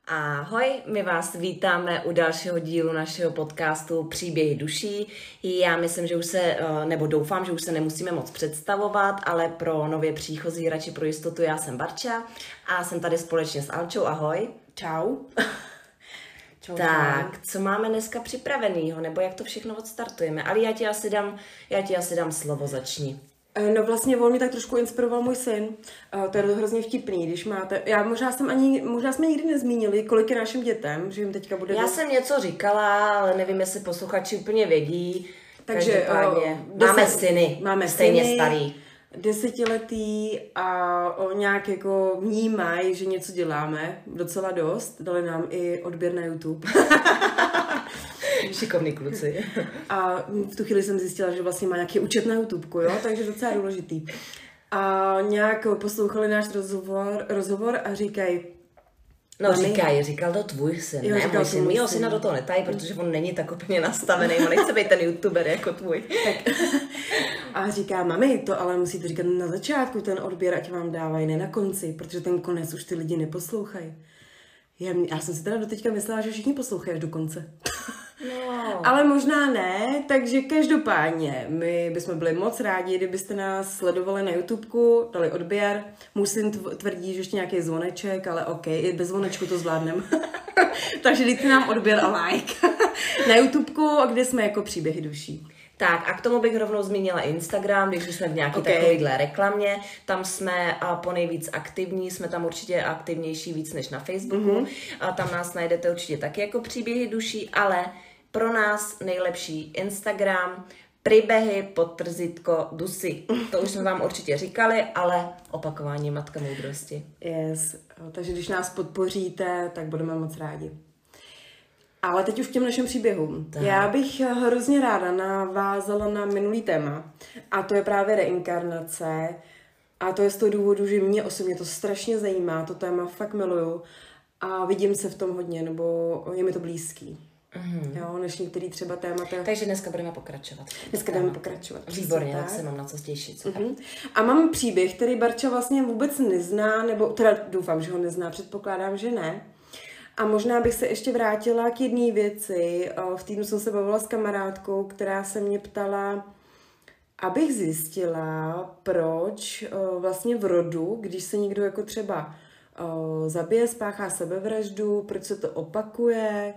Ahoj, my vás vítáme u dalšího dílu našeho podcastu Příběhy duší. Já myslím, že už se, nebo doufám, že už se nemusíme moc představovat, ale pro nově příchozí radši pro jistotu, já jsem Barča a jsem tady společně s Alčou. Ahoj. Čau. Čau. Tak, co máme dneska připravenýho, nebo jak to všechno odstartujeme? Ale já ti asi dám slovo, začni. No vlastně on mě tak trošku inspiroval můj syn. To je hrozně vtipný, když máte... Možná jsme nikdy nezmínili, kolik je našim dětem, že jim teďka bude... Já jsem něco říkala, ale nevím, jestli posluchači úplně vědí. Takže máme syny, stejně starý. 10letý a nějak jako vnímají, že něco děláme, docela dost. Dali nám i odběr na YouTube. Šikovný kluci. A v tu chvíli jsem zjistila, že vlastně má nějaký účet na YouTubeku, jo, takže docela důležitý. A nějak poslouchali náš rozhovor a říkají... Říkal to tvůj syn, jo, ne můj syn. Mýho syna do toho netají, protože on není tak úplně nastavený, on nechce být ten youtuber jako tvůj. Tak. A říká, mami, to ale musíte říkat na začátku, ten odběr, ať vám dávají, ne na konci, protože ten konec už ty lidi neposlouchají. Já jsem si teda doteďka myslela, že všichni poslouchají až do konce. No. Ale možná ne, takže každopádně my bychom byli moc rádi, kdybyste nás sledovali na YouTubeku, dali odběr. Můj syn tvrdí, že ještě nějaký zvoneček, ale OK, i bez zvonečku to zvládneme. Takže dejte nám odběr a like. Na YouTubeku, kde jsme jako Příběhy duší. Tak a k tomu bych rovnou zmínila Instagram, když jsme v nějaké takovéhle reklamě, tam jsme ponejvíc aktivní, jsme tam určitě aktivnější víc než na Facebooku, tam nás najdete určitě taky jako Příběhy duší, ale pro nás nejlepší Instagram, příběhy_dusy. To už jsme vám určitě říkali, ale opakování matka moudrosti. Yes, takže když nás podpoříte, tak budeme moc rádi. Ale teď už k těm našim příběhům. Tak. Já bych hrozně ráda navázala na minulý téma. A to je právě reinkarnace. A to je z toho důvodu, že mě osobně to strašně zajímá. To téma fakt miluju. A vidím se v tom hodně, nebo je mi to blízký. Mm-hmm. Jo, než některý třeba témata. Takže dneska budeme pokračovat. Výborně, tak se mám na co těšit. Mm-hmm. A mám příběh, který Barča vlastně vůbec nezná, nebo teda doufám, že ho nezná, předpokládám, že ne. A možná bych se ještě vrátila k jedné věci. V týdnu jsem se bavila s kamarádkou, která se mě ptala, abych zjistila, proč vlastně v rodu, když se někdo jako třeba zabije, spáchá sebevraždu, proč se to opakuje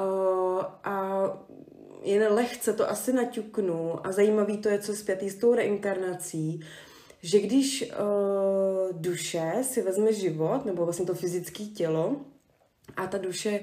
a jen lehce to asi naťuknu a zajímavý to je, co spjatý s tou reinkarnací, že když duše si vezme život, nebo vlastně to fyzické tělo, a ta duše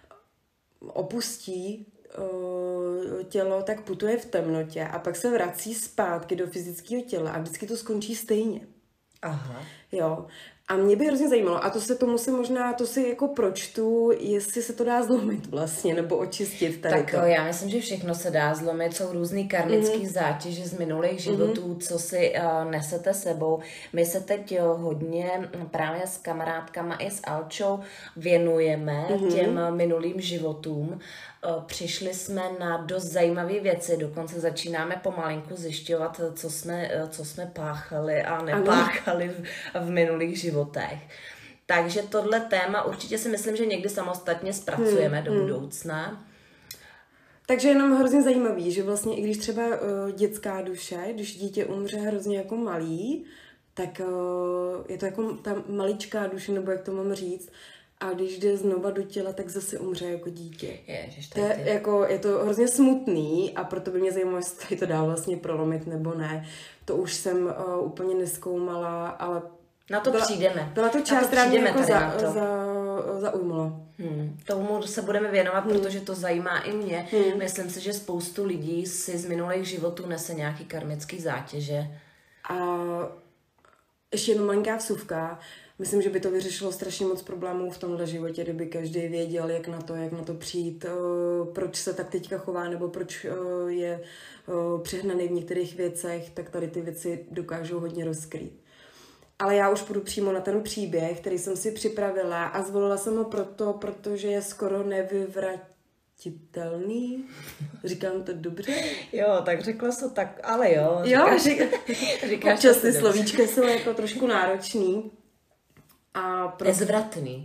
opustí tělo, tak putuje v temnotě a pak se vrací zpátky do fyzického těla a vždycky to skončí stejně. Aha. Jo. A mě by hrozně zajímalo, a to si jako pročtu, jestli se to dá zlomit vlastně, nebo očistit tady tak to. Já myslím, že všechno se dá zlomit, jsou různý karmický zátěže z minulých životů, co si nesete sebou. My se teď hodně právě s kamarádkama i s Alčou věnujeme těm minulým životům. Přišli jsme na dost zajímavé věci, dokonce začínáme pomalinku zjišťovat, co jsme páchali a nepáchali v minulých životech. Takže tohle téma určitě si myslím, že někdy samostatně zpracujeme do budoucna. Takže jenom hrozně zajímavý, že vlastně i když třeba dětská duše, když dítě umře hrozně jako malý, tak je to jako ta maličká duše, nebo jak to mám říct, a když jde znova do těla, tak zase umře jako dítě. Je to hrozně smutný a proto by mě zajímalo, jestli to dá vlastně prolomit nebo ne. To už jsem úplně nezkoumala, ale na to přijdeme. Byla to část, která mě jako zaujmula. Tomu se budeme věnovat, protože to zajímá i mě. Myslím si, že spoustu lidí si z minulých životů nese nějaký karmický zátěže. A ještě jedna malinká vsuvka. Myslím, že by to vyřešilo strašně moc problémů v tomhle životě, kdyby každý věděl, jak na to přijít, proč se tak teďka chová, nebo proč je přehnaný v některých věcech, tak tady ty věci dokážou hodně rozkrýt. Ale já už půjdu přímo na ten příběh, který jsem si připravila a zvolila jsem ho protože je skoro nevyvratitelný. Říkám to dobře? Jo, tak řekla jsem to tak, ale jo. Říkáš ty slovíčka jsou jako trošku náročný. Nezvratný.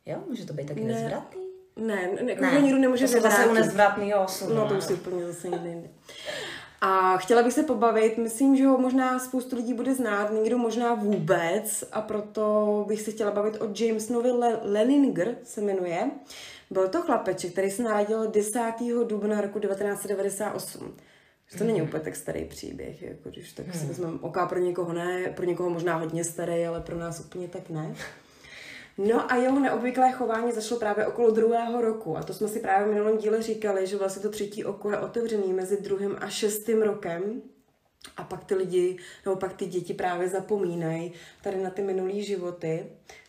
Jo, může to být taky nezvratný? Ne, nikdo nemůže vyvrátit. To jsou zase nezvratný osoby. No to už si úplně zase někde. A chtěla bych se pobavit, myslím, že ho možná spoustu lidí bude znát, někdo možná vůbec, a proto bych se chtěla bavit o Jamesonovi Leninger, se jmenuje. Byl to chlapeček, který se narodil 10. dubna roku 1998. To není úplně tak starý příběh, jako když tak si vezmeme oká, pro někoho ne, pro někoho možná hodně starý, ale pro nás úplně tak ne. No a jeho neobvyklé chování začalo právě okolo 2. roku. A to jsme si právě v minulém díle říkali, že vlastně to 3. oko je otevřený mezi 2. a 6. rokem. A pak ty lidi, nebo pak ty děti právě zapomínají tady na ty minulý životy.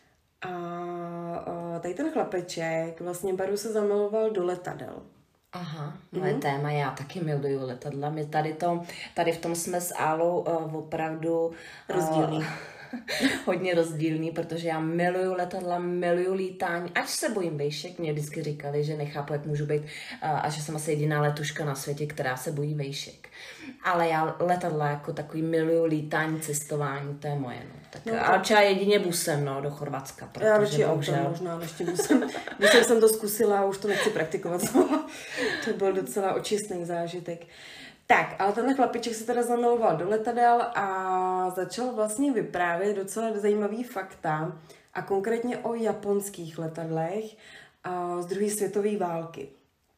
A tady ten chlapeček vlastně Baru se zamiloval do letadel. Aha, moje téma, já taky miluju letadla. My tady v tom jsme s Alou opravdu rozdílný. Hodně rozdílný, protože já miluju letadla, miluju lítání, ač se bojím vejšek. Mě vždycky říkali, že nechápu, jak můžu být, a že jsem asi jediná letuška na světě, která se bojí vejšek. Ale já letadla jako takový miluju lítání, cestování, to je moje. No. Tak, no, ale třeba jedině busem, no, do Chorvatska. Já radši autem možná, ještě busem. Busem jsem to zkusila a už to nechci praktikovat. To byl docela očistný zážitek. Tak, ale tenhle chlapiček se teda zamiloval do letadel a začal vlastně vyprávět docela zajímavý fakta, a konkrétně o japonských letadlech z druhé světové války.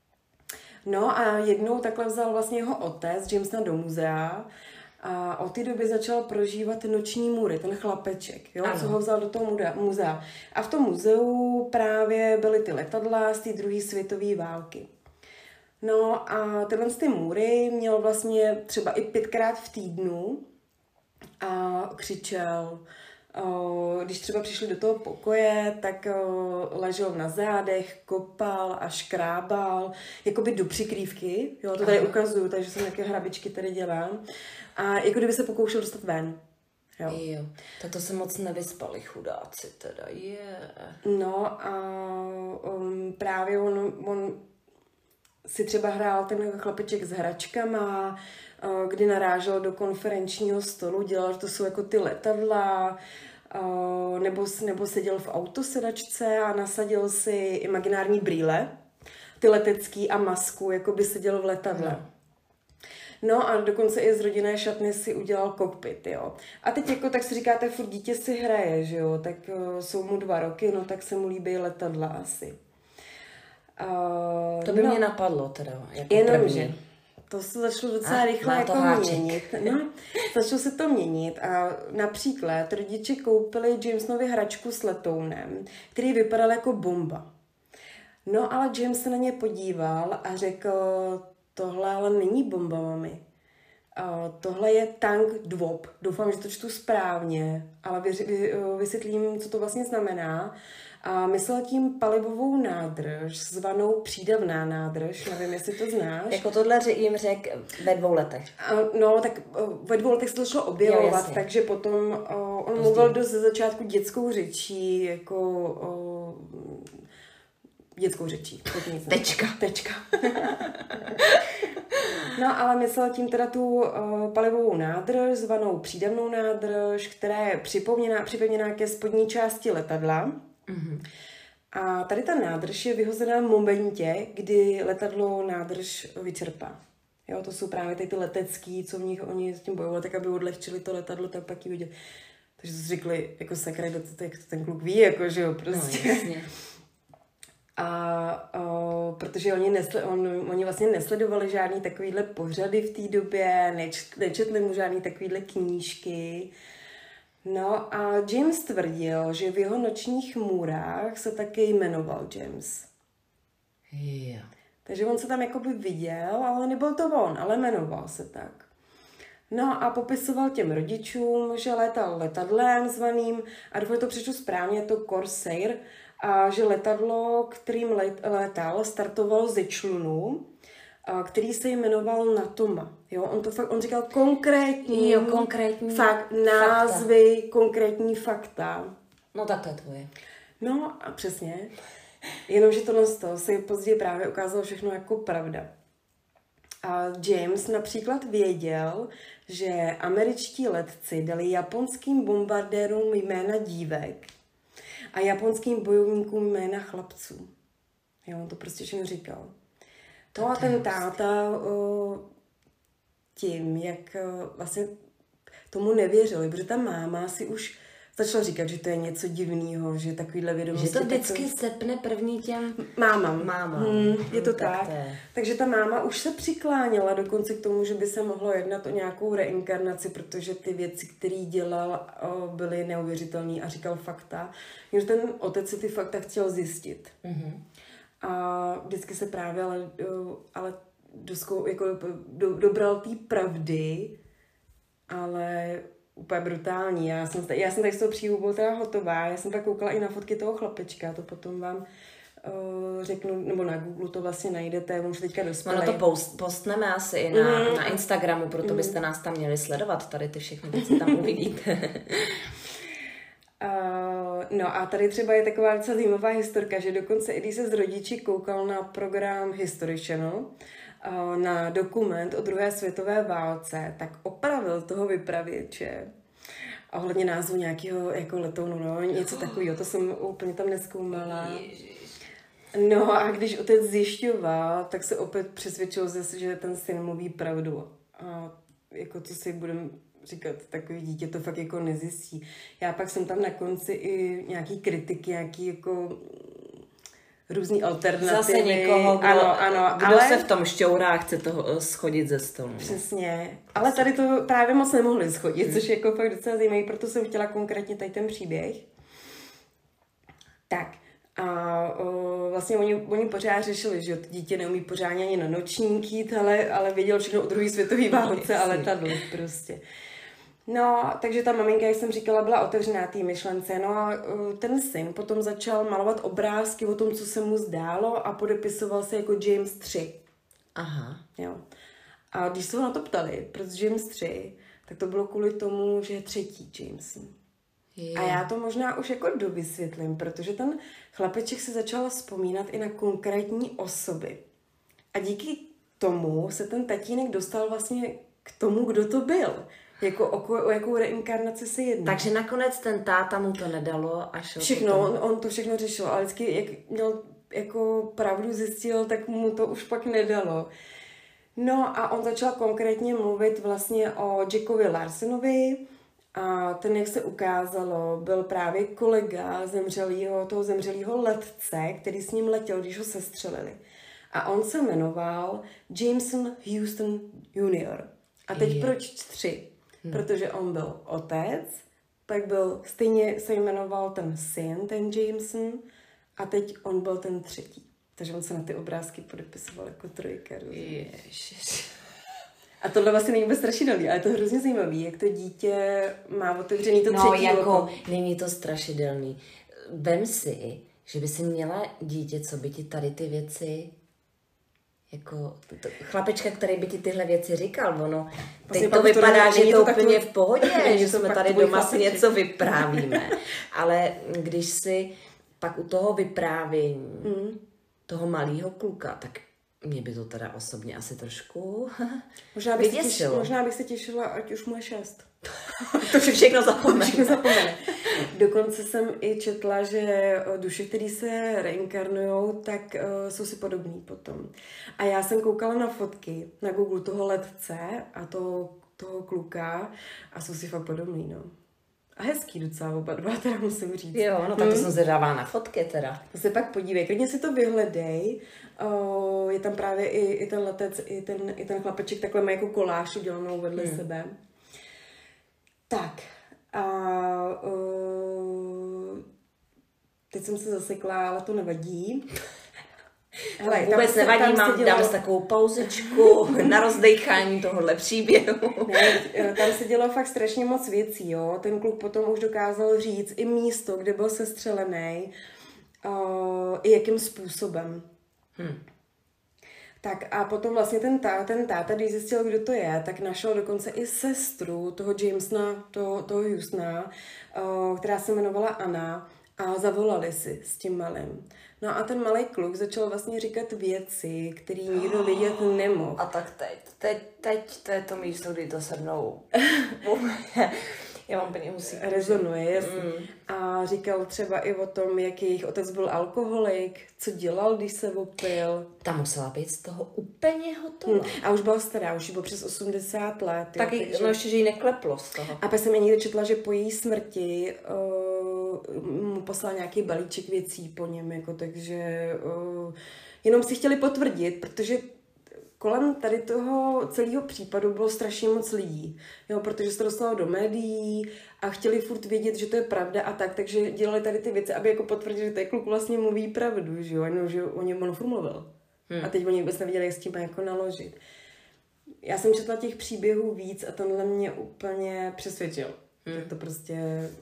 No a jednou takhle vzal vlastně jeho otec Jamesona do muzea a od té doby začal prožívat noční můry, ten chlapeček, jo, co ho vzal do toho muzea. A v tom muzeu právě byly ty letadla z té druhé světové války. No a tyhle ty můry měl vlastně třeba i 5krát v týdnu a křičel. Když třeba přišli do toho pokoje, tak ležel na zádech, kopal a škrábal, jakoby do přikrývky, jo, to tady ukazuju, takže jsem nějaké hrabičky tady dělám. A jako kdyby se pokoušel dostat ven. Jo, tak to se moc nevyspali chudáci teda, No a právě on si třeba hrál ten chlapeček s hračkama, kdy narážel do konferenčního stolu, dělal, že to jsou jako ty letadla, nebo seděl v autosedačce a nasadil si imaginární brýle, ty letecký a masku, jako by seděl v letadle. No a dokonce i z rodinné šatny si udělal kokpit, jo. A teď jako tak si říkáte, furt dítě si hraje, že jo, tak jsou mu 2 roky, no tak se mu líbí letadla asi. To by mě napadlo teda, jako první. To se začalo docela rychle jako měnit. No, začalo se to měnit a například rodiče koupili Jamesonovi hračku s letounem, který vypadal jako bomba. No ale James se na ně podíval a řekl, tohle ale není bomba, mami. Tohle je tank Dwop. Doufám, že to čtu správně, ale vysvětlím, co to vlastně znamená. A myslel tím palivovou nádrž, zvanou přídavná nádrž, nevím, jestli to znáš. Jako tohle jim řekl ve 2 letech. No, tak ve 2 letech se to šlo objevovat, takže potom on mluvil dost ze začátku dětskou řečí, jako dětskou řečí. Tečka. No, ale myslel tím teda tu palivovou nádrž, zvanou přídavnou nádrž, která je připevněná ke spodní části letadla. A tady ta nádrž je vyhozená v momentě, kdy letadlo nádrž vyčerpá. Jo, to jsou právě ty letecký, co v nich oni s tím bojovali, tak aby odlehčili to letadlo, tak pak ji viděli. Takže to si řekli, jako sakra, jak to ten kluk ví, jako, že jo, prostě. No, jasně. A protože oni vlastně nesledovali žádný takovýhle pořady v té době, nečetli mu žádný takovýhle knížky. No a James tvrdil, že v jeho nočních můrách se taky jmenoval James. Yeah. Takže on se tam jakoby viděl, ale nebyl to on, ale jmenoval se tak. No a popisoval těm rodičům, že létal letadlem zvaným, a doufám, že to přečtu správně, to Corsair, a že letadlo, kterým létal, startovalo ze člunu, který se jmenoval Natoma. Jo, on říkal konkrétní názvy, konkrétní fakta. No tak to je tvoje. No a přesně. Jenomže tohle se později právě ukázalo všechno jako pravda. A James například věděl, že američtí letci dali japonským bombardérům jména dívek. a japonským bojovníkům jména chlapců. Jo, on to prostě všechno říkal. To a ten táta tím, jak vlastně tomu nevěřili, protože ta máma si už začala říkat, že to je něco divného, že takovýhle vědomosti... Že to vždycky sepne první těm... Máma. Je to tak. Takže ta máma už se přikláněla dokonce k tomu, že by se mohlo jednat o nějakou reinkarnaci, protože ty věci, které dělal, byly neuvěřitelné a říkal fakta. Jenže ten otec si ty fakta chtěl zjistit. A vždycky se právě ale dobral té pravdy, ale úplně brutální. Já jsem tady z toho příběhu byla teda hotová. Já jsem pak koukala i na fotky toho chlapečka, to potom vám řeknu, nebo na Google to vlastně najdete, on už teďka dospělej. No to postneme asi i na Instagramu, proto byste nás tam měli sledovat, tady ty všechny věci tam uvidíte. No a tady třeba je taková docela zajímavá historka, že dokonce i když se s rodiči koukal na program History Channel, na dokument o druhé světové válce, tak opravil toho vypravěče ohledně názvu nějakého jako letounu, no, něco takového, to jsem úplně tam nezkoumala. No a když otec zjišťoval, tak se opět přesvědčil zase, že ten syn mluví pravdu. A jako co si budeme říkat, takový dítě to fakt jako nezjistí. Já pak jsem tam na konci i nějaký kritiky, nějaký jako různý alternativy. Zase někoho, kdo ale se v tom šťourá a chce toho schodit ze stolu. Přesně. Ale tady to právě moc nemohli schodit, což je jako fakt docela zajímavý, proto jsem chtěla konkrétně tady ten příběh. Tak. A vlastně oni pořád řešili, že to dítě neumí pořádně ani na nočník jít, ale věděl všechno o druhé světové válce a letadlo prostě. No, takže ta maminka, jak jsem říkala, byla otevřená té myšlence. No a ten syn potom začal malovat obrázky o tom, co se mu zdálo a podepisoval se jako James 3. Aha. Jo. A když se ho na to ptali, proč James 3, tak to bylo kvůli tomu, že je třetí James. A já to možná už jako dovysvětlím, protože ten chlapeček se začal vzpomínat i na konkrétní osoby. A díky tomu se ten tatínek dostal vlastně k tomu, kdo to byl. Jako o jakou reinkarnaci se jedná. Takže nakonec ten táta mu to nedalo a šel všechno, on to všechno řešil, ale vždycky, jak měl jako pravdu zjistil, tak mu to už pak nedalo. No a on začal konkrétně mluvit vlastně o Jackovi Larsonovi a ten, jak se ukázalo, byl právě kolega toho zemřelého letce, který s ním letěl, když ho sestřelili. A on se jmenoval Jameson Houston Jr. A teď proč 3? Protože on byl otec, pak byl, stejně se jmenoval ten syn, ten Jameson, a teď on byl ten třetí. Takže on se na ty obrázky podepisoval jako 3. Ježiš. A tohle vlastně není vůbec strašidelný, ale je to hrozně zajímavý, jak to dítě má otevřený to třetí jako není to strašidelný. Vem si, že by si měla dítě, co by ti tady ty věci jako chlapečka, který by ti tyhle věci říkal, ono. Teď to vypadá, že je to úplně v pohodě, že jsme tady doma si něco vyprávíme. Ale když si pak u toho vyprávění toho malého kluka, tak mě by to teda osobně asi trošku vyděsilo. Možná bych se těšila, ať už mu je 6. To všechno zapomene. Dokonce jsem i četla, že duše, které se reinkarnujou, tak jsou si podobný potom. A já jsem koukala na fotky na Google toho letce a toho kluka a jsou si fakt podobný, no. A hezký docela oba dva, teda musím říct. Jo, no tak to jsem zvědavá na fotky teda. To se pak podívej, klidně si to vyhledej. Je tam právě i ten letec, i ten chlapeček takhle má jako koláž udělanou vedle sebe. Tak. Teď jsem se zasekla, ale to nevadí. Hele, vůbec nevadí, dám si takovou pauzičku na rozdejchání tohohle příběhu. Ne, tam se dělo fakt strašně moc věcí, jo. Ten kluk potom už dokázal říct i místo, kde byl sestřelený, i jakým způsobem. Tak a potom vlastně ten táta, když zjistil, kdo to je, tak našel dokonce i sestru toho Jamesona, toho Houstona, která se jmenovala Anna, a zavolali si s tím malým. No a ten malý kluk začal vlastně říkat věci, které nikdo vědět nemohl. A tak teď to je to místo, kdy to se mnou Já mám úplně husí kůži. Rezonuje, jasně. A říkal třeba i o tom, jak jejich otec byl alkoholik, co dělal, když se opil. Ta musela být z toho úplně hotová. A už byla stará, už jí bylo přes 80 let. Tak no ještě, že jí nekleplo z toho. A pak jsem někde četla, že po její smrti mu poslal nějaký balíček věcí po něm, jako, takže jenom si chtěli potvrdit, protože kolem tady toho celého případu bylo strašně moc lidí, jo, protože se to dostalo do médií a chtěli furt vědět, že to je pravda a tak, takže dělali tady ty věci, aby jako potvrdili, že ten kluk vlastně mluví pravdu, že jo, jenom, že o něm on furt mluvil. A teď oni vůbec nevěděli, jak s tím jako naložit. Já jsem četla těch příběhů víc a tenhle mě úplně přesvědčil. Že to prostě...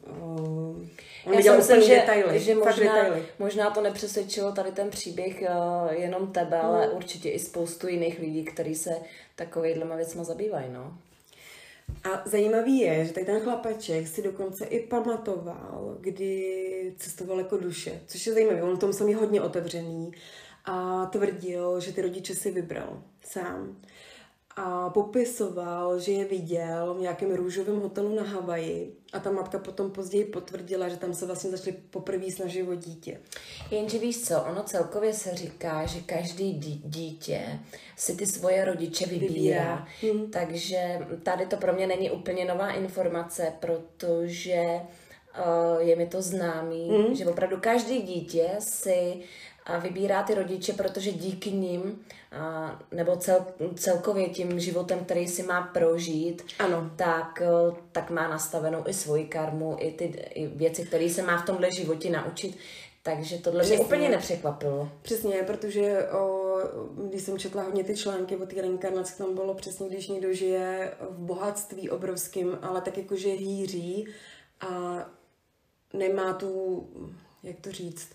on já myslím, že, detaily, že možná to nepřesvědčilo tady ten příběh jenom tebe, ale určitě i spoustu jiných lidí, kteří se takovýhlema věcma zabývají, no. A zajímavý je, že tady ten chlapeček si dokonce i pamatoval, kdy cestoval jako duše, což je zajímavé, on v tom jsem hodně otevřený a tvrdil, že ty rodiče si vybral sám. A popisoval, že je viděl v nějakém růžovém hotelu na Havaji a ta matka potom později potvrdila, že tam se vlastně začali poprvé snažit o dítě. Jenže víš co, ono celkově se říká, že každý dítě si ty svoje rodiče vybírá. Takže tady to pro mě není úplně nová informace, protože je mi to známý, že opravdu každý dítě si vybírá ty rodiče, protože díky nim, nebo celkově tím životem, který si má prožít, ano. Tak má nastavenou i svoji karmu, i věci, které se má v tomhle životě naučit. Takže tohle mě úplně nepřekvapilo. Přesně, protože když jsem četla hodně ty články o té reinkarnaci, tam bylo přesně, když někdo žije v bohatství obrovským, ale tak jakože hýří a nemá tu, jak to říct,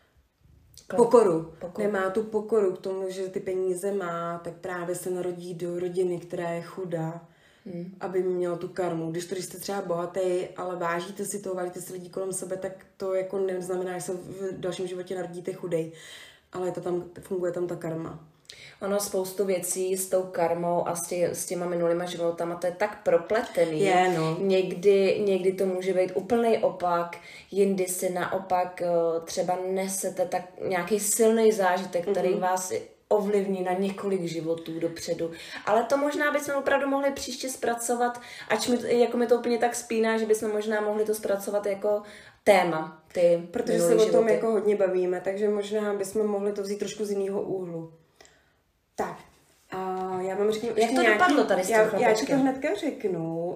Pokoru. Nemá tu pokoru k tomu, že ty peníze má, tak právě se narodí do rodiny, která je chudá, aby měl tu karmu. Když jste třeba bohatý, ale vážíte si to, vážíte si lidí kolem sebe, tak to jako neznamená, že se v dalším životě narodíte chudej. Ale je to tam, funguje tam ta karma. Ono spoustu věcí s tou karmou a s těma minulýma životama, to je tak propletený. No. Někdy to může být úplný opak, jindy si naopak třeba nesete tak nějaký silný zážitek, který vás ovlivní na několik životů dopředu. Ale to možná bychom opravdu mohli příště zpracovat, ač mi to úplně tak spíná, že bychom možná mohli to zpracovat jako téma. Protože se o tom jako hodně bavíme, takže možná bychom mohli to vzít trošku z jiného úhlu. Tak, já vám řeknu jak to dopadlo tady s tím chlapečkem? Já ti to hnedka řeknu.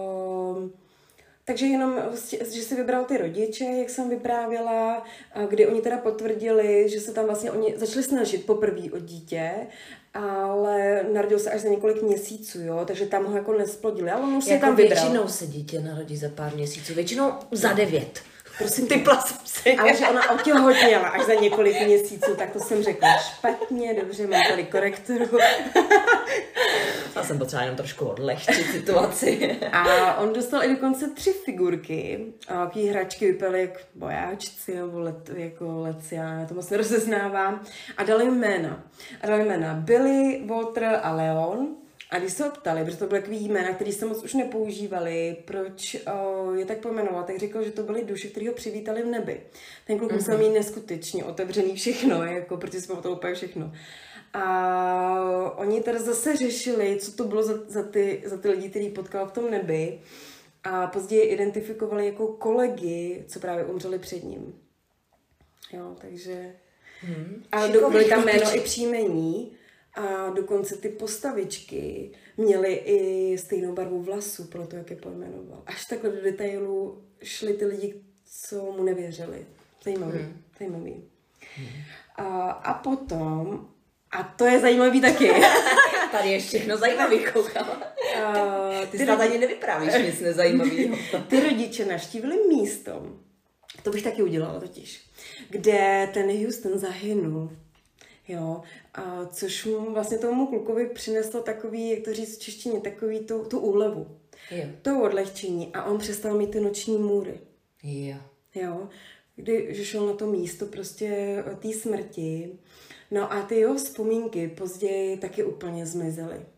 Takže jenom, že si vybral ty rodiče, jak jsem vyprávěla, kdy oni teda potvrdili, že se tam vlastně oni začali snažit poprvé o dítě, ale narodil se až za několik měsíců, jo, takže tam ho jako nesplodili, ale on už jako se tam vybral. Většinou se dítě narodí za pár měsíců, většinou za 9. Prosím, typla jsem si. Ale že ona otěhotněla až za několik měsíců, tak to jsem řekla špatně, dobře, mám tady korektoru. Já jsem potřeba jenom trošku odlehčit situaci. A on dostal i dokonce 3 figurky. A takové hračky vypadaly jak bojáčci nebo leci, já to moc nerozeznávám. A dali jim jména. Billy, Walter a Leon. A když se ho ptali, protože to byly takový jména, které se moc už nepoužívali, proč je tak pojmenoval, tak řekl, že to byly duše, které ho přivítali v nebi. Ten kluk musel mít neskutečně otevřený všechno, jako, protože jsme o to úplně všechno. A oni teda zase řešili, co to bylo za ty lidi, který potkal v tom nebi. A později identifikovali jako kolegy, co právě umřeli před ním. Jo, takže... A byly tam jméno i příjmení. A dokonce ty postavičky měly i stejnou barvu vlasů, pro to, jak je pojmenoval. Až takhle do detailu šli ty lidi, co mu nevěřili. Zajímavý. A potom, a to je zajímavý taky. Tady je všechno zajímavý, koukala. Ty snad ani nevyprávíš nic nezajímavého. Ty rodiče navštívili místo, to bych taky udělala totiž, kde ten Houston zahynul. Jo, a což mu vlastně tomu klukovi přineslo takový, jak to říct v češtině, takový tu úlevu. To odlehčení a on přestal mít ty noční můry. Jo, když šel na to místo prostě té smrti. No a ty jeho vzpomínky později taky úplně zmizely.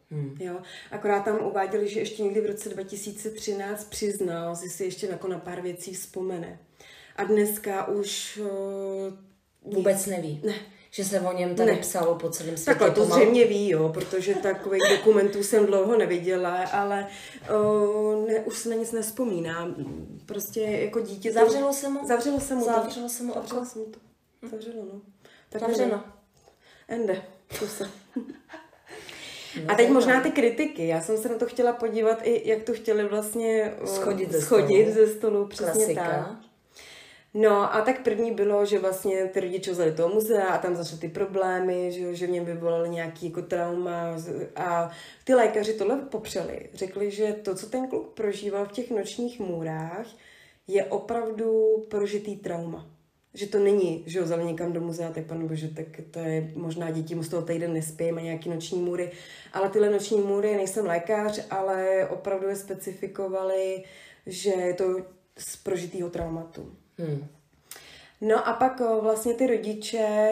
Jo? Akorát tam uváděli, že ještě někdy v roce 2013 přiznal, že si ještě jako na pár věcí vzpomene. A dneska už vůbec neví. Ne. Že se o něm tady psalo po celém světě. Takhle to zřejmě ví, jo, protože takových dokumentů jsem dlouho neviděla, ale už se na nic nevzpomíná. Prostě jako dítě... Zavřelo se mu? Zavřelo se mu to. Zavřelo, no. Tak zavřeno. Ende, to se... A teď možná ty kritiky. Já jsem se na to chtěla podívat i, jak to chtěli vlastně schodit ze stolu. Přesně Klasika. tak. No a tak první bylo, že vlastně ty rodiče vzali toho muzea a tam začaly ty problémy, že v něm vyvolali nějaký jako trauma a ty lékaři tohle popřeli. Řekli, že to, co ten kluk prožíval v těch nočních můrách, je opravdu prožitý trauma. Že to není, že ho vzali někam do muzea, tak panebože, tak to je možná děti mu z toho týden nespí, má nějaký noční můry, ale tyhle noční můry, nejsem lékař, ale opravdu je specifikovali, že je to z prožitýho traumatu. No a pak vlastně ty rodiče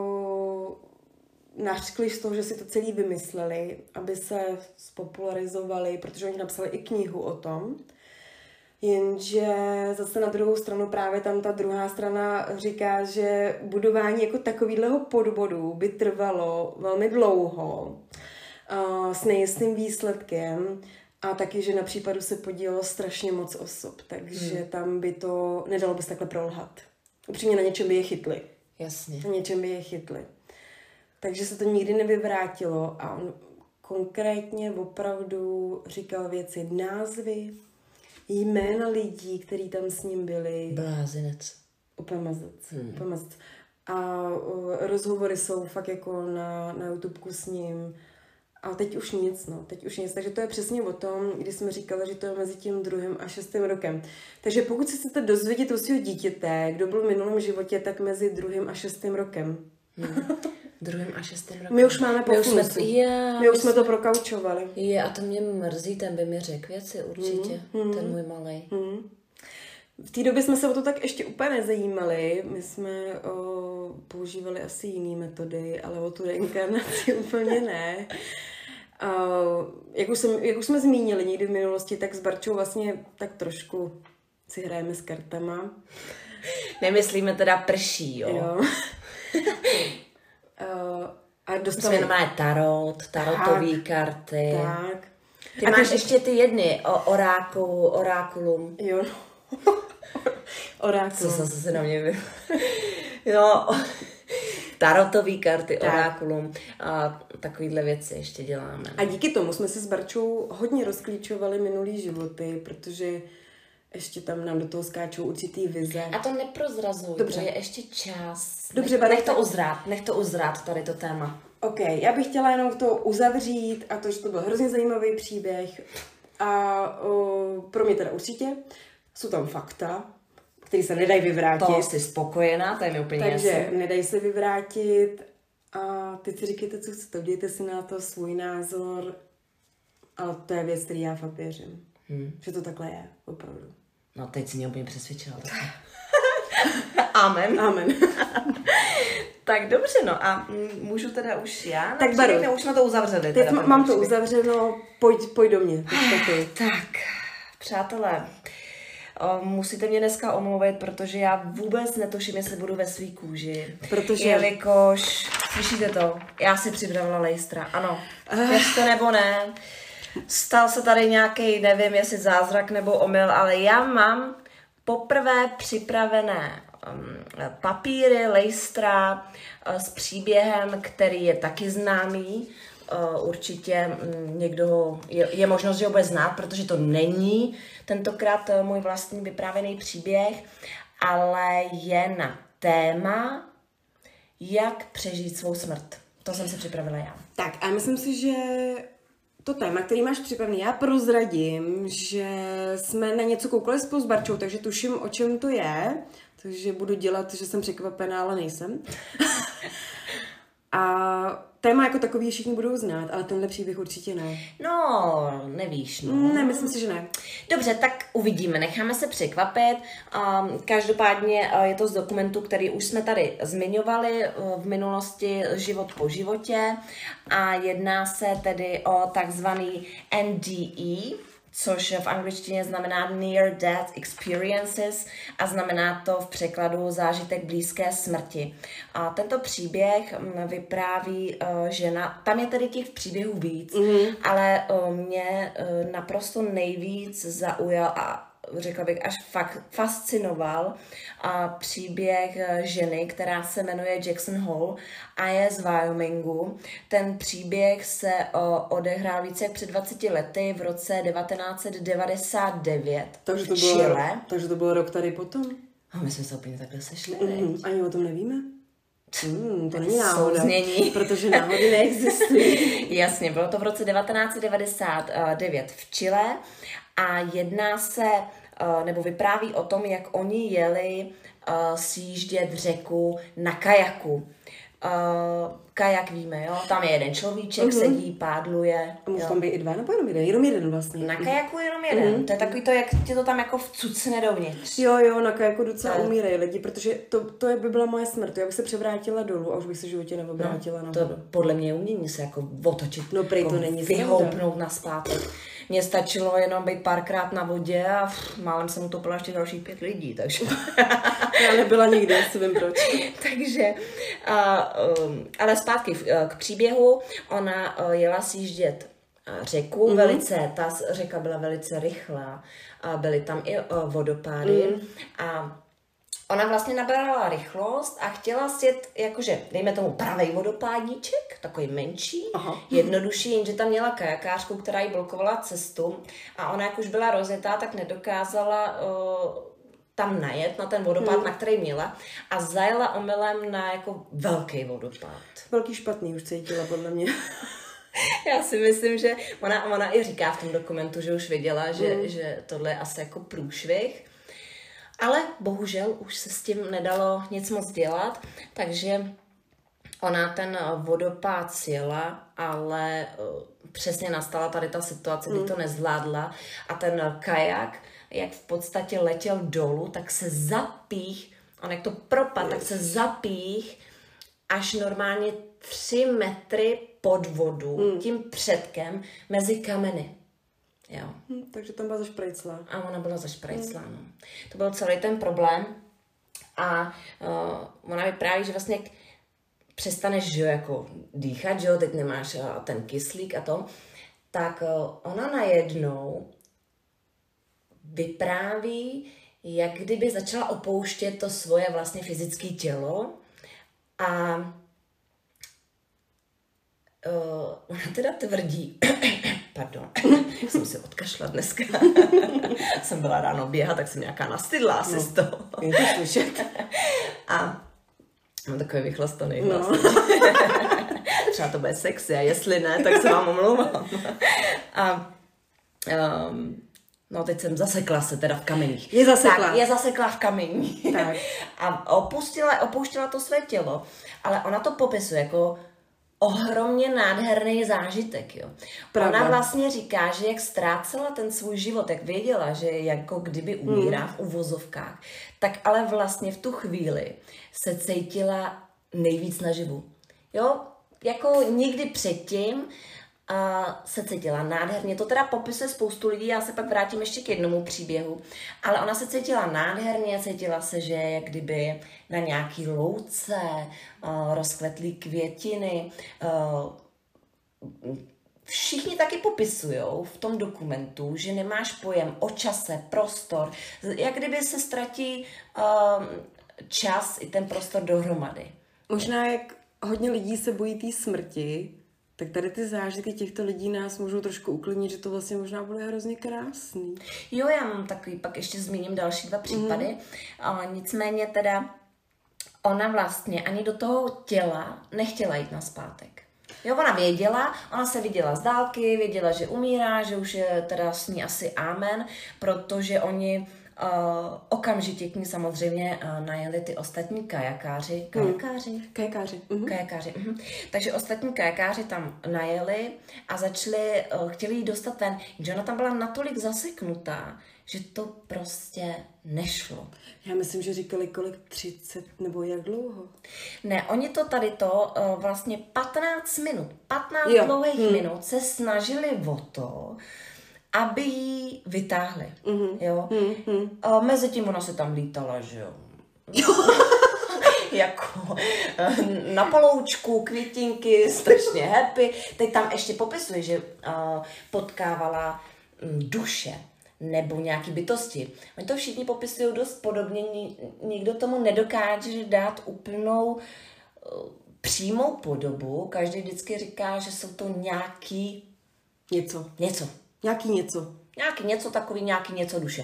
nařkli z toho, že si to celý vymysleli, aby se spopularizovali, protože oni napsali i knihu o tom. Jenže zase na druhou stranu právě tam ta druhá strana říká, že budování jako takovýhleho podvodu by trvalo velmi dlouho s nejistým výsledkem a taky, že na případu se podílelo strašně moc osob, takže tam by to nedalo by se takhle prolhat. Upřímně na něčem by je chytli. Jasně. Na něčem by je chytli. Takže se to nikdy nevyvrátilo a on konkrétně opravdu říkal věci, názvy, jména lidí, kteří tam s ním byli. Blázinec. Úplně mazec. A rozhovory jsou fakt jako na YouTubeku s ním. A teď už nic. Takže to je přesně o tom, když jsme říkali, že to je mezi tím 2. a 6. rokem. Takže pokud se chcete dozvědět o svého dítěte, kdo byl v minulém životě, tak mezi 2. a 6. rokem. 2. a 6. rokem. My už máme pofunusu. My už jsme to prokaučovali. A to mě mrzí, ten by mi řekl věci určitě, ten můj malej. V té době jsme se o to tak ještě úplně nezajímali. My jsme používali asi jiné metody, ale o tu reinkarnaci úplně ne. Jak už jsme zmínili někdy v minulosti, tak s Barčou vlastně tak trošku si hrajeme s kartama. Nemyslíme teda prší, jo? A dostali... Jsme normálně tarotový karty. Tak. Ty máš ještě ty jedny, orákulum. Jo. Orákulum. Co se na mě Jo. Tarotový karty, orákulum a takovýhle věci ještě děláme. A díky tomu jsme se s Barčou hodně rozklíčovali minulý životy, protože ještě tam nám do toho skáčou určitý vize. A to neprozrazuj, to je ještě čas. Dobře, nech to uzrát tady to téma. OK, já bych chtěla jenom to uzavřít a to, že to byl hrozně zajímavý příběh a pro mě teda určitě jsou tam fakta, které se nedají vyvrátit. To jsi spokojená, to je mi úplně jasný. Takže nedají se vyvrátit a teď si říkejte, co chcete, udějte si na to svůj názor, ale to je věc, který já fakt věřím. Že to takhle je, opravdu. No teď si mě úplně přesvědčila. Amen. Tak dobře, no a můžu teda už já? Tak Baru. Už jsme to uzavřeli. Teď mám to uzavřeno, pojď do mě. Tak, přátelé, musíte mě dneska omluvit, protože já vůbec netuším, jestli budu ve svý kůži. Jelikož, slyšíte to, já si připravila lejstra, ano. Věřte nebo ne, stal se tady nějaký, nevím, jestli zázrak nebo omyl, ale já mám poprvé připravené papíry, lejstra s příběhem, který je taky známý. Určitě někdo je možnost, že ho bude znát, protože to není tentokrát můj vlastní vyprávěný příběh, ale je na téma, jak přežít svou smrt. To jsem si připravila já. Tak a myslím si, že to téma, který máš připravený, já prozradím, že jsme na něco koukali spolu s Barčou, takže tuším, o čem to je, takže budu dělat, že jsem překvapená, ale nejsem. A téma jako takový všichni budou znát, ale tenhle příběh určitě ne. No, nevíš, no. Ne, myslím si, že ne. Dobře, tak uvidíme, necháme se překvapit. Každopádně je to z dokumentu, který už jsme tady zmiňovali v minulosti, Život po životě, a jedná se tedy o takzvaný NDE, což v angličtině znamená Near Death Experiences a znamená to v překladu zážitek blízké smrti. A tento příběh vypráví žena, tam je tedy těch příběhů víc, ale mě naprosto nejvíc zaujal a řekla bych až fakt fascinoval příběh ženy, která se jmenuje Jackson Hole a je z Wyomingu. Ten příběh se odehrál více jak před 20 lety v roce 1999 v Chile. Takže to bylo rok tady potom? A my jsme se úplně takhle sešli. Ani o tom nevíme? To není náhoda, souznění. Protože náhody neexistují. Jasně, bylo to v roce 1999 v Chile a jedná se, nebo vypráví o tom, jak oni jeli sjíždět řeku na kajaku. Kajak víme, jo? Tam je jeden človíček, sedí, pádluje. A může tam být i dva, nebo jenom jeden? Jenom jeden vlastně. Na kajaku jenom jeden. To je takový to, jak tě to tam jako vcucne dovnitř. Jo, na kajaku docela umírají lidi, protože to by byla moje smrt. Já bych se převrátila dolů a už bych se v životě neobrátila na vodu. To podle mě je umění se jako otočit. No prej to není vyhoupnout naspátek. Mně stačilo jenom být párkrát na vodě a málem jsem utopila ještě dalších 5 lidí, takže... Já nebyla nikde, si vím proč. Takže, ale zpátky k příběhu, ona jela sjíždět řeku velice, ta řeka byla velice rychlá, byly tam i vodopády a ona vlastně nabrala rychlost a chtěla sjet, jakože, dejme tomu pravej vodopádníček, takový menší, jednodušší, jenže tam měla kajakářku, která jí blokovala cestu a ona, jak už byla rozjetá, tak nedokázala tam najet na ten vodopád, na který měla a zajela omylem na jako velký vodopád. Velký špatný už cítila, podle mě. Já si myslím, že ona i říká v tom dokumentu, že už věděla, že tohle je asi jako průšvih. Ale bohužel už se s tím nedalo nic moc dělat, takže ona ten vodopád sjela, ale přesně nastala tady ta situace, kdy to nezvládla a ten kajak, jak v podstatě letěl dolů, tak se zapích, on jak to propad, tak se zapích až normálně 3 metry pod vodu, tím předkem, mezi kameny. Jo. Takže tam byla zašprejclá. A ona byla zašprejclá, no. To byl celý ten problém. A ona vypráví, že vlastně přestaneš, že jo, jako dýchat, že jo, teď nemáš ten kyslík a to, tak ona najednou vypráví, jak kdyby začala opouštět to svoje vlastně fyzické tělo a ona teda tvrdí, pardon, jsem si odkašla dneska. Jsem byla ráno běhat, tak jsem nějaká nastydla asi z toho. Je to slyšet. A mám takový vychlastaný hlas. Třeba to bude sexy a jestli ne, tak se vám omlouvám. A no teď jsem zasekla se teda v kameních. Je zasekla. Tak, je zasekla v kamení. Tak. A opouštila to své tělo, ale ona to popisuje jako ohromně nádherný zážitek, jo. Pravda. Ona vlastně říká, že jak ztrácela ten svůj život, jak věděla, že jako kdyby umírá v uvozovkách, tak ale vlastně v tu chvíli se cítila nejvíc naživu. Jo, jako nikdy předtím se cítila nádherně. To teda popisuje spoustu lidí, já se pak vrátím ještě k jednomu příběhu, ale ona se cítila nádherně, cítila se, že jak kdyby na nějaký louce rozkvetlý květiny. Všichni taky popisujou v tom dokumentu, že nemáš pojem o čase, prostor, jak kdyby se ztratí čas i ten prostor dohromady. Možná jak hodně lidí se bojí té smrti, tak tady ty zážitky těchto lidí nás můžou trošku uklidnit, že to vlastně možná bude hrozně krásný. Jo, já mám takový, pak ještě zmíním další 2 případy. Nicméně teda ona vlastně ani do toho těla nechtěla jít nazpátek. Jo, ona věděla, ona se viděla z dálky, věděla, že umírá, že už je teda s ní asi amen, protože oni Okamžitě k ní samozřejmě najeli ty ostatní kajakáři. Kajakáři. Takže ostatní kajakáři tam najeli a chtěli jí dostat ven. Že ona tam byla natolik zaseknutá, že to prostě nešlo. Já myslím, že říkali kolik 30 nebo jak dlouho? Ne, oni to vlastně 15 dlouhých minut se snažili o to, aby ji vytáhli. Jo? A mezi tím ona se tam lítala, že jo. Jako na paloučku, květinky, strašně happy. Teď tam ještě popisuje, že potkávala duše nebo nějaký bytosti. Oni to všichni popisují dost podobně, nikdo tomu nedokáže dát úplnou přímou podobu. Každý vždycky říká, že jsou to nějaký Něco. Nějaký něco, takový nějaký něco duše.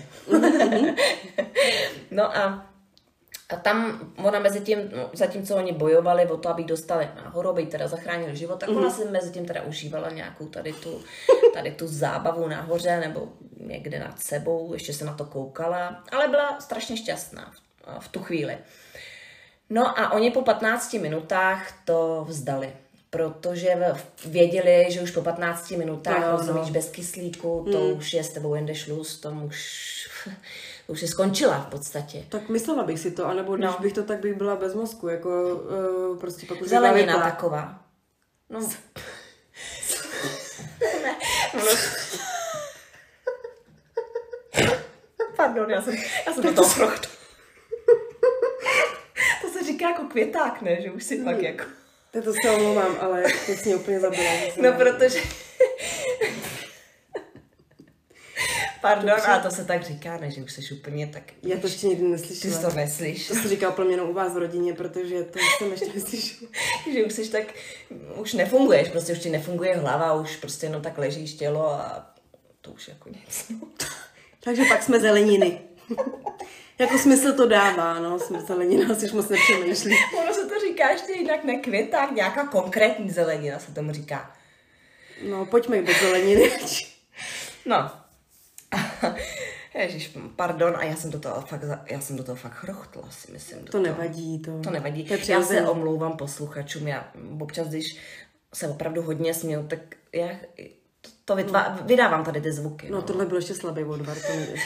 No a tam ona zatímco oni bojovali o to, aby dostali nahoru, aby teda zachránili život, tak ona si mezi tím teda užívala nějakou tady tu zábavu nahoře nebo někde nad sebou, ještě se na to koukala, ale byla strašně šťastná v tu chvíli. No a oni po 15 minutách to vzdali, protože věděli, že už po 15 minutách rozumíš bez kyslíku, to už je s tebou jen šluz, to už je skončila v podstatě. Tak myslela bych si to, anebo když bych to tak bych byla bez mozku, jako prostě pak už zelenina taková. No. Ne. Pardon, já jsem do toho prochtu. To se říká jako květák, ne? Že už si pak jako... To se omlouvám, ale teď mě úplně zabila. No, protože... Pardon, a to se tak říká, ne, že už jsi úplně tak... Já to ještě nikdy neslyšela. Ty jsi to neslyšela. To se říká úplně jenom u vás v rodině, protože to jsem ještě neslyšela. Že už jsi tak... Už nefunguješ, prostě už ti nefunguje hlava, už prostě jenom tak ležíš tělo a to už jako nic. Takže pak jsme zeleniny. Jako smysl to dává, no, jsme zelenina, si už moc nepřemýšlí. Ono se to říká ještě jinak, ne květák, nějaká konkrétní zelenina se tomu říká. No, pojďme do zeleniny. No. Ježiš, pardon, a já jsem do toho fakt chrochtla, si myslím. To nevadí. To nevadí. Já se omlouvám posluchačům, já občas, když se opravdu hodně směju, tak já vydávám tady ty zvuky. No, tohle bylo ještě slabý odvar, to nevíš.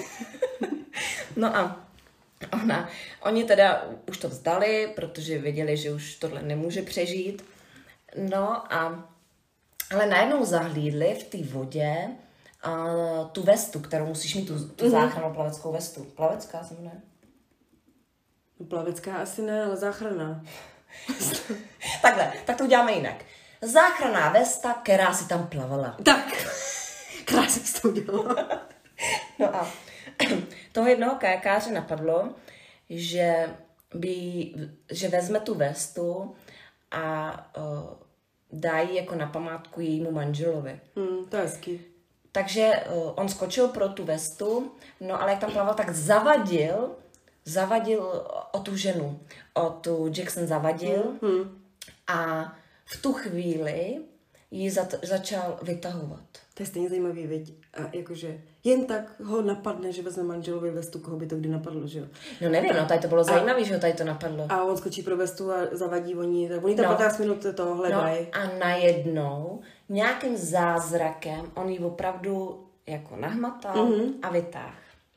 No a oni teda už to vzdali, protože věděli, že už tohle nemůže přežít. No ale najednou zahlídli v té vodě tu vestu, kterou musíš mít, tu záchrannou plaveckou vestu. Plavecká se jmenuje? Plavecká asi ne, ale záchranná. Takhle, tak to uděláme jinak. Záchranná vesta, která si tam plavala. Tak, krásně jsi to udělala. No a toho jednoho kajakáře napadlo, že vezme tu vestu a dá ji jako na památku jejímu manželovi. To je hezký. Takže on skočil pro tu vestu, no ale jak tam plaval, tak zavadil o tu ženu. O tu Jackson zavadil a v tu chvíli ji začal vytahovat. To je stejně zajímavý, viď? A jakože jen tak ho napadne, že vezme manželovi vestu, koho by to kdy napadlo, že jo? No nevím, tady to bylo zajímavé, že ho tady to napadlo. A on skočí pro vestu a zavadí oni, tak oni tam 15 minut to hledají. No a najednou nějakým zázrakem on ji opravdu jako nahmatal a vytáhl.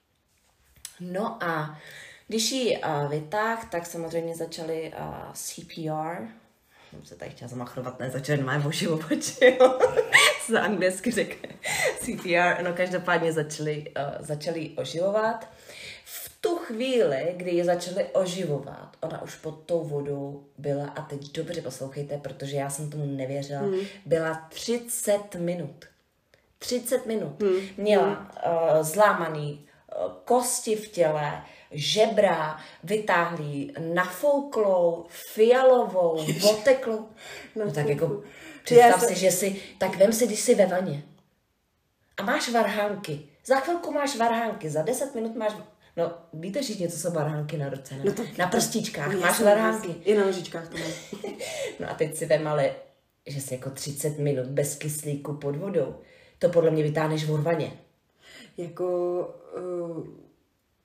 No a když ji vytáhl, tak samozřejmě začali CPR. Jsem se tady chtěla zamachrovat, ne, začali normálně oživovat, jo. Za anglicky řekne CPR. No každopádně začali oživovat. V tu chvíli, kdy je začali oživovat, ona už pod tou vodou byla, a teď dobře poslouchejte, protože já jsem tomu nevěřila, byla 30 minut. 30 minut. Měla zlámaný kosti v těle, žebra, vytáhlí nafouklou, fialovou, oteklou. No tak jako představ si, že tak vem si, když jsi ve vaně a máš varhánky. Za chvilku máš varhánky, za 10 minut máš... No, víte všichni, co jsou varhánky na ruce, ne? No na prstičkách máš varhánky. I na nožičkách to mám. No a teď si vem, ale že jsi jako 30 minut bez kyslíku pod vodou. To podle mě vytáhneš v urvaně. Jako...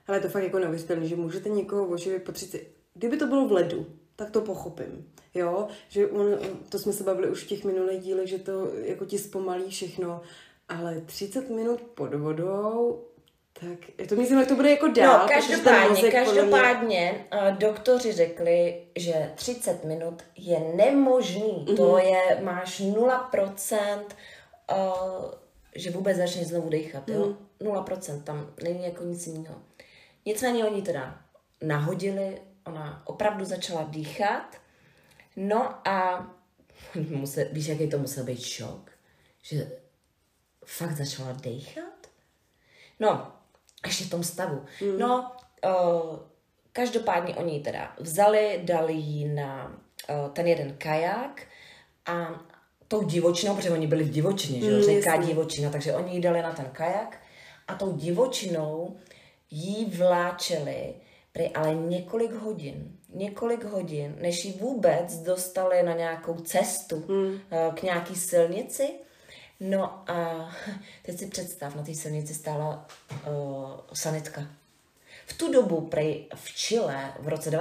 hele, je to fakt jako neuvěřitelné, že můžete někoho oživit po 30. Kdyby to bylo v ledu, tak to pochopím. Jo, že to jsme se bavili už v těch minulých dílech, že to jako ti zpomalí všechno, ale 30 minut pod vodou, tak to myslím, že to bude jako dál. No, každopádně doktoři řekli, že 30 minut je nemožný. To je, máš 0%, že vůbec začneš znovu dechat, jo? 0%, tam není jako nic jiného. Nicméně oni teda nahodili, ona opravdu začala dýchat, no a víš, jaký to musel být šok? Že fakt začala dechat? No, ještě v tom stavu. No, každopádně oni ji teda vzali, dali ji na ten jeden kaják a tou divočinou, protože oni byli v divočině, že jo, řeka divočina, takže oni ji dali na ten kajak a tou divočinou jí vláčeli ale několik hodin, než ji vůbec dostali na nějakou cestu k nějaký silnici. No a teď si představ, na té silnici stála sanitka. V tu dobu v Chile, v roce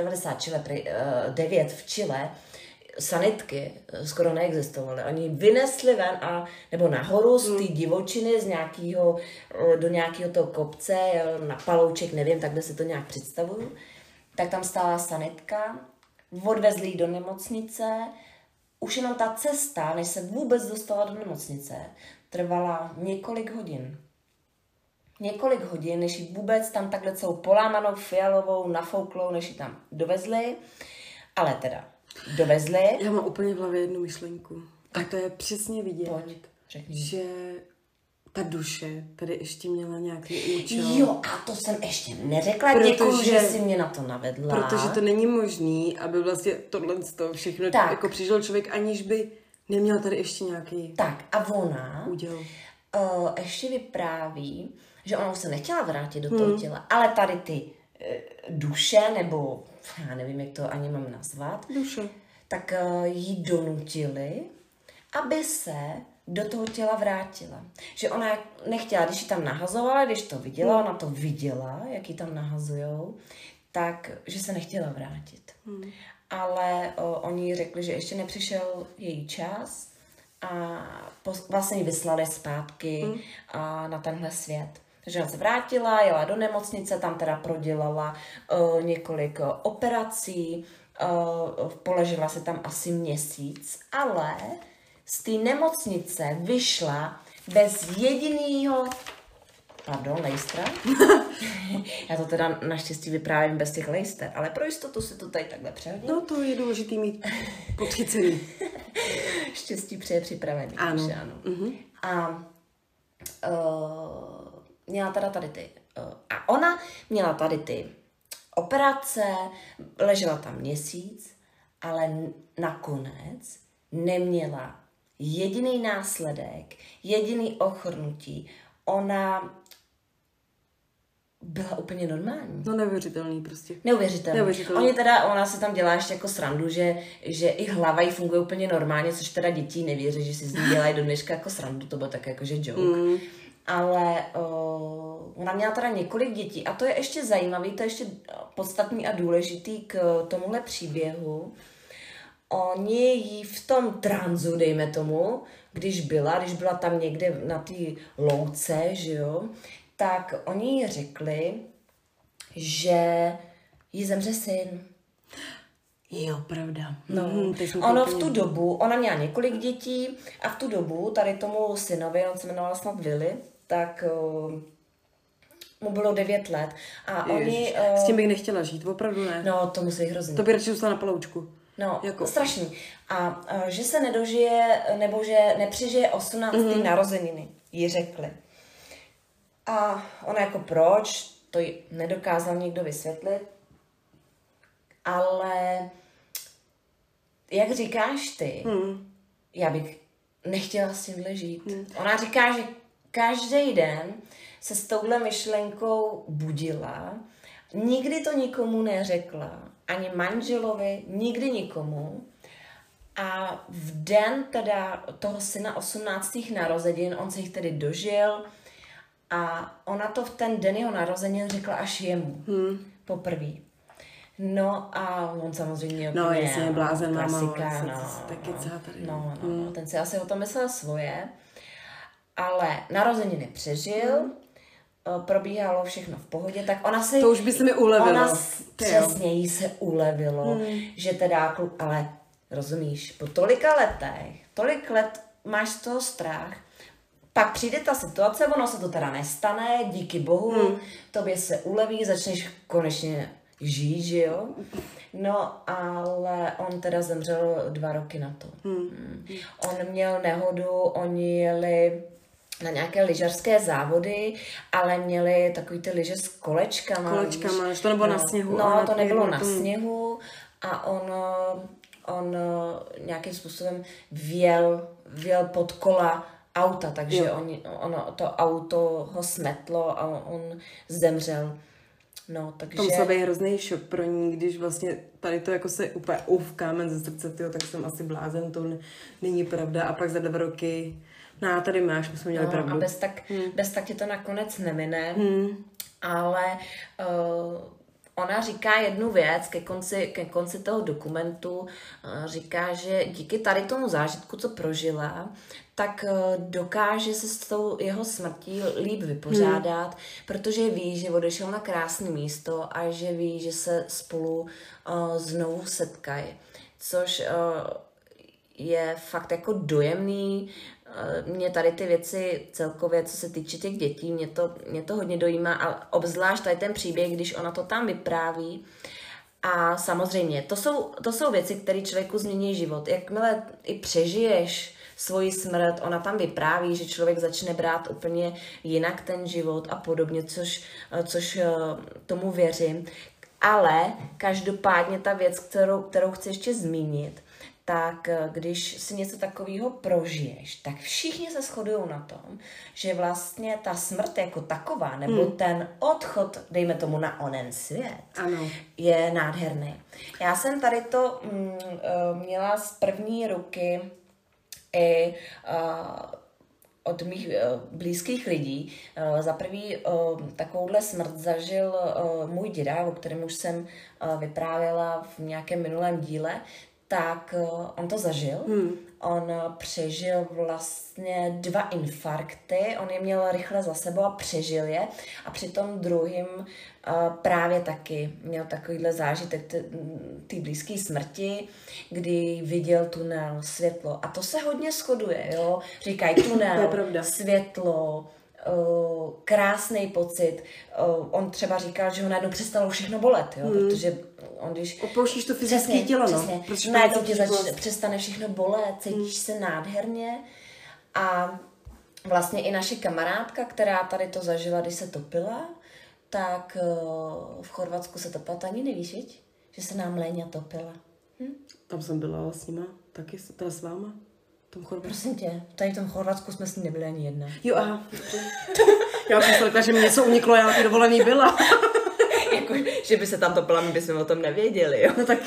1999 v Chile, sanitky skoro neexistovaly. Oni vynesli ven nebo nahoru z té divočiny do nějakého toho kopce, na palouček, nevím, takhle si to nějak představuju. Tak tam stála sanitka, odvezli ji do nemocnice. Už jenom ta cesta, než se vůbec dostala do nemocnice, trvala několik hodin. Několik hodin, než ji vůbec tam takhle celou polámanou, fialovou, nafouklou, než ji tam dovezli. Ale teda dovezli. Já mám úplně v hlavě jednu myšlenku. A to je přesně vidět, že ta duše tady ještě měla nějaký účel. Jo, a to jsem ještě neřekla. Děkuju, že jsi mě na to navedla. Protože to není možný, aby vlastně tohle všechno jako přišel člověk, aniž by neměl tady ještě nějaký tak, a ona úděl. Ještě vypráví, že ona už se nechtěla vrátit do toho těla, ale tady ty duše, nebo já nevím, jak to ani mám nazvat, duše, tak jí donutili, aby se do toho těla vrátila. Že ona nechtěla, když ji tam nahazovala, když to viděla, ona to viděla, jak ji tam nahazujou, tak, že se nechtěla vrátit. Ale oni jí řekli, že ještě nepřišel její čas a vlastně ji vyslali zpátky na tenhle svět. Takže ona se vrátila, jela do nemocnice, tam teda prodělala několik operací, poležela se tam asi měsíc, ale z té nemocnice vyšla bez jedinýho, lejstra. Já to teda naštěstí vyprávím bez těch lejster, ale pro jistotu si to tady takhle přehodím. No to je důležitý mít podchycený. Štěstí přeje připravený. Ano. A měla teda tady ty. A ona měla tady ty operace, ležela tam měsíc, ale nakonec neměla jediný následek, jediný ochrnutí. Ona byla úplně normální. No neuvěřitelný prostě. Neuvěřitelný. Ona se tam dělá ještě jako srandu, že i hlava jí funguje úplně normálně, což teda děti nevěří, že si z ní dělají do dneška jako srandu, to bylo tak jakože joke. Ale ona měla teda několik dětí a to je ještě zajímavý, to je ještě podstatný a důležitý k tomuhle příběhu. Oni jí v tom tranzu, dejme tomu, když byla tam někde na té louce, že jo, tak oni jí řekli, že jí zemře syn. Jo, pravda. No, ono v tu dobu, ona měla několik dětí a v tu dobu tady tomu synovi, on se jmenoval snad Willy, tak mu bylo 9 let. A oni... S tím bych nechtěla žít, opravdu ne. No, to musí hrozně. To by radši zůstala na paloučku. No, jako strašný. A že se nedožije, nebo že nepřežije 18. narozeniny, jí řekli. A ona jako proč, to jí nedokázal nikdo vysvětlit. Ale jak říkáš ty, já bych nechtěla s tímhle žít. Ona říká, že každý den se s touhle myšlenkou budila, nikdy to nikomu neřekla, ani manželovi, nikdy nikomu. A v den teda toho syna 18. narozenin, on se jich tedy dožil A ona to v ten den jeho narozenin řekla až jemu. Poprvý. No a on samozřejmě no, jasně, blázen, klasika, ten si asi o tom myslel svoje, ale narozeniny přežil, probíhalo všechno v pohodě, tak ona si... To už by se mi ulevilo. Přesně jí se ulevilo, že teda, ale rozumíš, po tolika letech, tolik let máš z toho strach, pak přijde ta situace, ono se to teda nestane, díky bohu, tobě se uleví, začneš konečně žít, že jo? No, ale on teda zemřel 2 roky na to. On měl nehodu, oni jeli na nějaké lyžařské závody, ale měli takový ty lyže s kolečkama. Kolečkama, že to nebylo na sněhu. No, to nebylo na sněhu a on nějakým způsobem vjel pod kola auta, takže to auto ho smetlo a on zemřel. No, takže... To musel být hrozný šok pro ní, když vlastně tady to jako se úplně kámen ze srdce, tyjo, tak jsem asi blázen, to není pravda. A pak za 2 roky, tady máš, my jsme měli pravdu. A bez tak ti to nakonec nemine, ale ona říká jednu věc ke konci toho dokumentu, říká, že díky tady tomu zážitku, co prožila, tak dokáže se s tou jeho smrtí líp vypořádat, protože ví, že odešel na krásné místo a že ví, že se spolu znovu setkají. Což je fakt jako dojemný. Mě tady ty věci celkově, co se týče těch dětí, mě to hodně dojímá a obzvlášť tady ten příběh, když ona to tam vypráví. A samozřejmě, to jsou věci, které člověku změní život. Jakmile i přežiješ svoji smrt, ona tam vypráví, že člověk začne brát úplně jinak ten život a podobně, což tomu věřím. Ale každopádně ta věc, kterou chci ještě zmínit, tak když si něco takového prožiješ, tak všichni se shodují na tom, že vlastně ta smrt jako taková, nebo ten odchod, dejme tomu na onen svět, je nádherný. Já jsem tady to měla z první ruky i od mých blízkých lidí. Za prvý takovouhle smrt zažil můj děda, o kterém už jsem vyprávěla v nějakém minulém díle, tak on to zažil. On přežil vlastně 2 infarkty, on je měl rychle za sebou a přežil je. A při tom druhým právě taky měl takovýhle zážitek té blízké smrti, kdy viděl tunel, světlo. A to se hodně shoduje, jo. Říkají tunel, světlo, krásný pocit. On třeba říkal, že ho najednou přestalo všechno bolet, jo, protože on když... Opouštíš to fyzické tělo, no. Přesně. Najednou tě přestane všechno bolet, cítíš se nádherně a vlastně i naše kamarádka, která tady to zažila, když se topila, tak v Chorvatsku se topila, to ani nevíš, viď? Že se nám Léňa topila. Tam jsem byla s nima, taky teda s váma. Prosím tě, tady v tom Chorvatsku jsme s ní nebyli ani jedna. Jo, aha. Já jsem myslela, že mi něco uniklo, já na té dovolený byla. Jako, že by se tam topila, my bychom o tom nevěděli, jo? No tak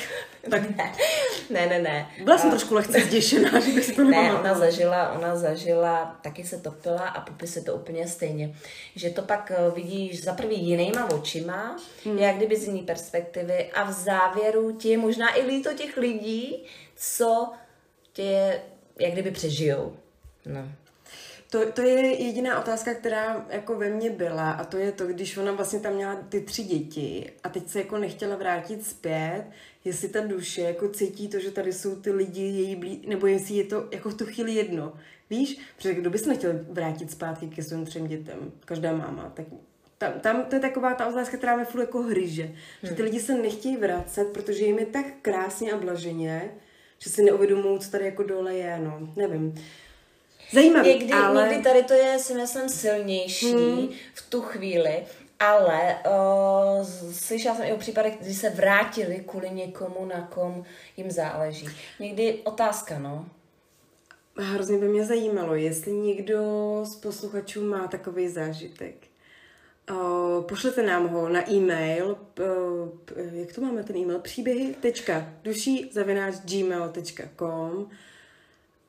Ne. Byla jsem trošku lehce zděšená, že by se to nemohla. Ne, ona zažila, taky se topila a popisuje to úplně stejně. Že to pak vidíš za prvý jinýma očima, jak kdyby z jiný perspektivy a v závěru ti je možná i líto těch lidí, co tě jak kdyby přežijou. No. To je jediná otázka, která jako ve mně byla a to je to, když ona vlastně tam měla ty 3 děti a teď se jako nechtěla vrátit zpět, jestli ta duše jako cítí to, že tady jsou ty lidi její nebo jestli je to jako v tu chvíli jedno. Víš? Protože kdo by se nechtěl vrátit zpátky ke svým 3 dětem? Každá máma. Tak tam to je taková ta otázka, která mě furt jako hryže. Že ty lidi se nechtějí vracet, protože jim je tak krásně a blaženě, že si neuvědomují, co tady jako dole je, no. Nevím. Zajímavý, někdy tady to je, si myslím, silnější v tu chvíli, ale slyšela jsem i o případech, kdy se vrátili kvůli někomu, na kom jim záleží. Někdy otázka, no. Hrozně by mě zajímalo, jestli někdo z posluchačů má takový zážitek. Pošlete nám ho na e-mail, jak to máme ten e-mail? příběhy.duší@gmail.com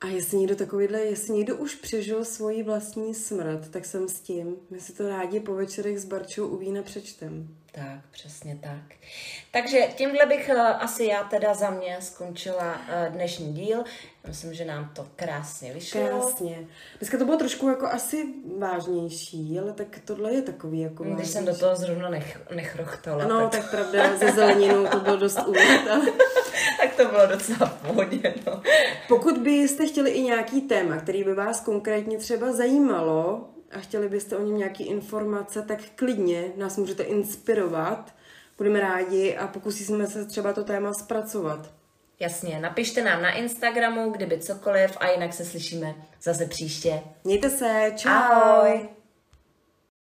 A jestli někdo už přežil svoji vlastní smrt, tak jsem s tím. My si to rádi po večerech s Barčou u vína přečtem. Tak, přesně tak. Takže tímhle bych asi já teda za mě skončila dnešní díl. Myslím, že nám to krásně vyšlo. Krásně. Dneska to bylo trošku jako asi vážnější, ale tak tohle je takový jako když vážnější. jsem do toho zrovna nechrochtala. No, tak pravda, ze zeleninou to bylo dost úlet, ale... Tak to bylo docela v pohodě, no. Pokud byste chtěli i nějaký téma, který by vás konkrétně třeba zajímalo a chtěli byste o něm nějaké informace, tak klidně nás můžete inspirovat. Budeme rádi a pokusíme se třeba to téma zpracovat. Jasně, napište nám na Instagramu, kdyby cokoliv a jinak se slyšíme zase příště. Mějte se, čau! Ahoj!